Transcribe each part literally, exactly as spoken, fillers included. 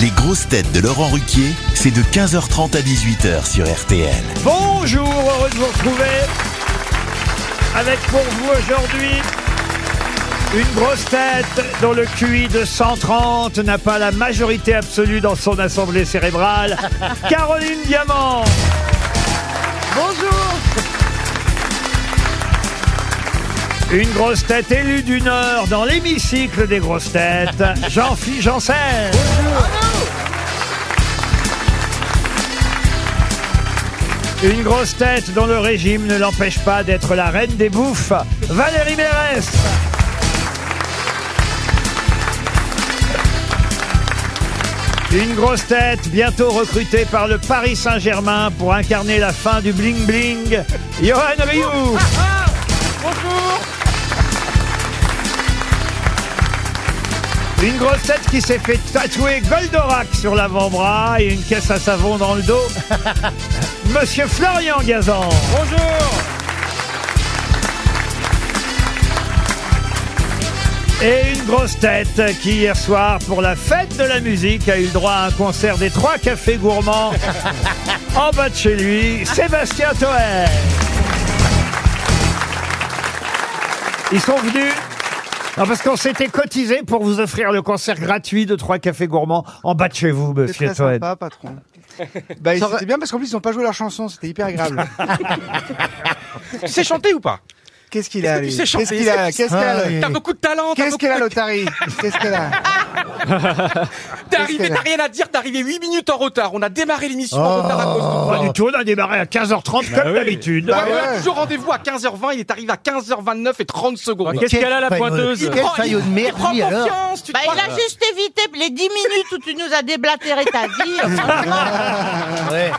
Les grosses têtes de Laurent Ruquier, c'est de quinze heures trente à dix-huit heures sur R T L. Bonjour, heureux de vous retrouver avec pour vous aujourd'hui une grosse tête dont le Q I de cent trente n'a pas la majorité absolue dans son assemblée cérébrale, Caroline Diamant. Bonjour. Une grosse tête élue du Nord dans l'hémicycle des grosses têtes, Jean-Philippe Janssen. Une grosse tête dont le régime ne l'empêche pas d'être la reine des bouffes, Valérie Mérès. Une grosse tête bientôt recrutée par le Paris Saint-Germain pour incarner la fin du bling-bling, Johan Rioux. Bonjour. Une grosse tête qui s'est fait tatouer Goldorak sur l'avant-bras et une caisse à savon dans le dos, Monsieur Florian Gazan. Bonjour. Et une grosse tête qui, hier soir, pour la fête de la musique, a eu le droit à un concert des Trois Cafés Gourmands en bas de chez lui, Sébastien Toer. Ils sont venus... Non, parce qu'on s'était cotisé pour vous offrir le concert gratuit de Trois Cafés Gourmands en bas de chez vous, C'est Monsieur très Toer. sympa, patron. Bah, c'était bien parce qu'en plus ils n'ont pas joué leur chanson, c'était hyper agréable. Tu sais chanter ou pas? Qu'est-ce qu'il a, Tu lui? sais chanter. Qu'est-ce qu'il a? Qu'est-ce qu'elle a? T'as beaucoup de talent. t'as Qu'est-ce beaucoup qu'elle a, de- l'Otari? Qu'est-ce qu'elle a? T'es arrivé, qu'elle a t'as rien à dire, t'es arrivé huit minutes en retard. On a démarré l'émission en retard à cause de toi. Pas du tout, on a démarré à quinze heures trente comme d'habitude. Bah Ouais, ouais. on a toujours rendez-vous à quinze heures vingt, il est arrivé à quinze heures vingt-neuf et trente secondes. Qu'est-ce qu'elle a, la pointeuse? Il Quel prend, faillot il- de il merde, prend lui, alors. confiance, tu te Bah, crois- il a juste évité les dix minutes où tu nous as déblatéré ta vie. Ouais.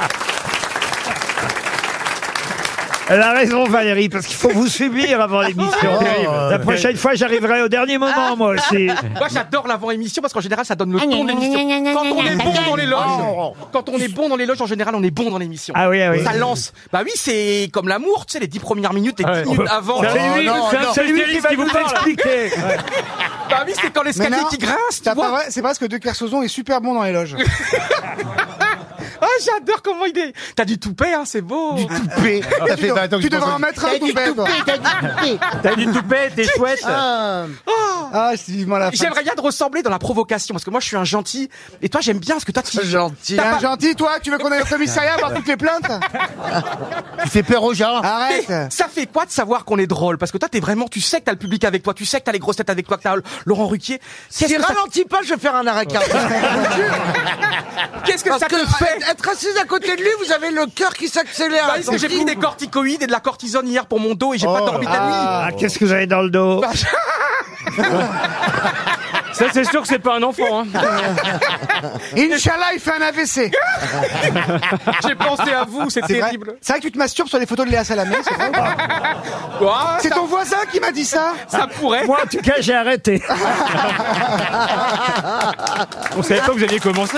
Elle a raison, Valérie, parce qu'il faut vous subir avant l'émission. Oh, La prochaine fois, j'arriverai au dernier moment, moi aussi. Moi j'adore l'avant-émission parce qu'en général ça donne le ton de l'émission. Quand on est bon dans les loges, quand on est bon dans les loges en général on est bon dans l'émission. Ah oui, ah oui. Ça lance. Bah oui, c'est comme l'amour, tu sais, les dix premières minutes, les dix minutes avant. C'est lui, non, c'est non. c'est lui qui va vous expliquer. Bah oui, c'est quand l'escalier Mais non, qui grince, tu T'as pas vois. vrai? C'est parce que De Kersozon est super bon dans les loges. Ah, j'adore comment il est. T'as du toupet, hein, c'est beau. Du toupet. Ça fait vingt ans que Tu je pense devrais en que- mettre un toupet, toi. T'as du toupet, t'es chouette. Ah, Ah, c'est vivement la fin. J'aimerais bien te ressembler dans la provocation parce que moi je suis un gentil et toi j'aime bien parce que toi tu Gentil. T'as Un pas- gentil, toi? Tu veux qu'on aille au commissariat voir toutes les plaintes? tu fais peur aux gens. Arrête. Mais ça fait quoi de savoir qu'on est drôle? Parce que toi, t'es vraiment, tu sais que t'as le public avec toi, tu sais que t'as les grosses têtes avec toi, que t'as Laurent Ruquier. Qu'est-ce que ça, ralentis pas, je vais faire un arrêt cardiaque. qu'est-ce que Parce ça que te fait? être assis à côté de lui, vous avez le cœur qui s'accélère. Bah, parce que j'ai pris des corticoïdes et de la cortisone hier pour mon dos et j'ai pas dormi de la nuit. Ah, qu'est-ce que vous avez dans le dos? Ça, c'est sûr que c'est pas un enfant. Hein. Inch'Allah, il fait un A V C. J'ai pensé à vous, c'est C'est vrai. terrible. C'est vrai que tu te masturbes sur les photos de Léa Salamé, c'est vrai ou pas? Ouah, C'est ça, ton voisin qui m'a dit ça. ça pourrait. Moi, en tout cas, j'ai arrêté. On savait pas que vous alliez commencer.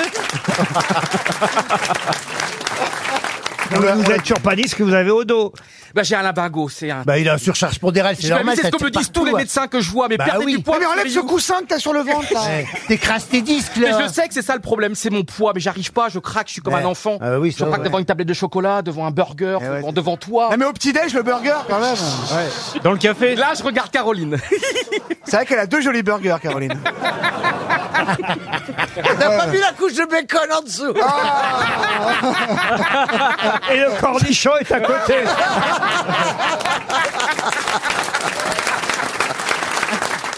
Non, mais vous êtes toujours pas dit ce que vous avez au dos. Bah, j'ai un limbago, c'est un. Bah, il a un surcharge pondérale, c'est J'ai pas normal. vu, c'est ça ce que tire me disent tous partout, les hein. médecins que je vois, mais Bah perdez oui. du poids. Ouais, mais enlève ce Frédéric. coussin que t'as sur le ventre, là. Ouais. T'écrases tes disques, Mais là. je sais que c'est ça le problème, c'est mon poids, mais j'arrive pas, je craque, je suis comme Ouais. un enfant. Ah oui, je ça, craque ouais. devant une tablette de chocolat, devant un burger, Eh ouais, devant, c'est- devant toi. Ah, mais au petit-déj, le burger, quand même. Dans le café. Là, je regarde Caroline. C'est vrai qu'elle a deux jolis burgers, Caroline. T'as pas vu la couche de bacon en dessous? Et le cornichon est à côté.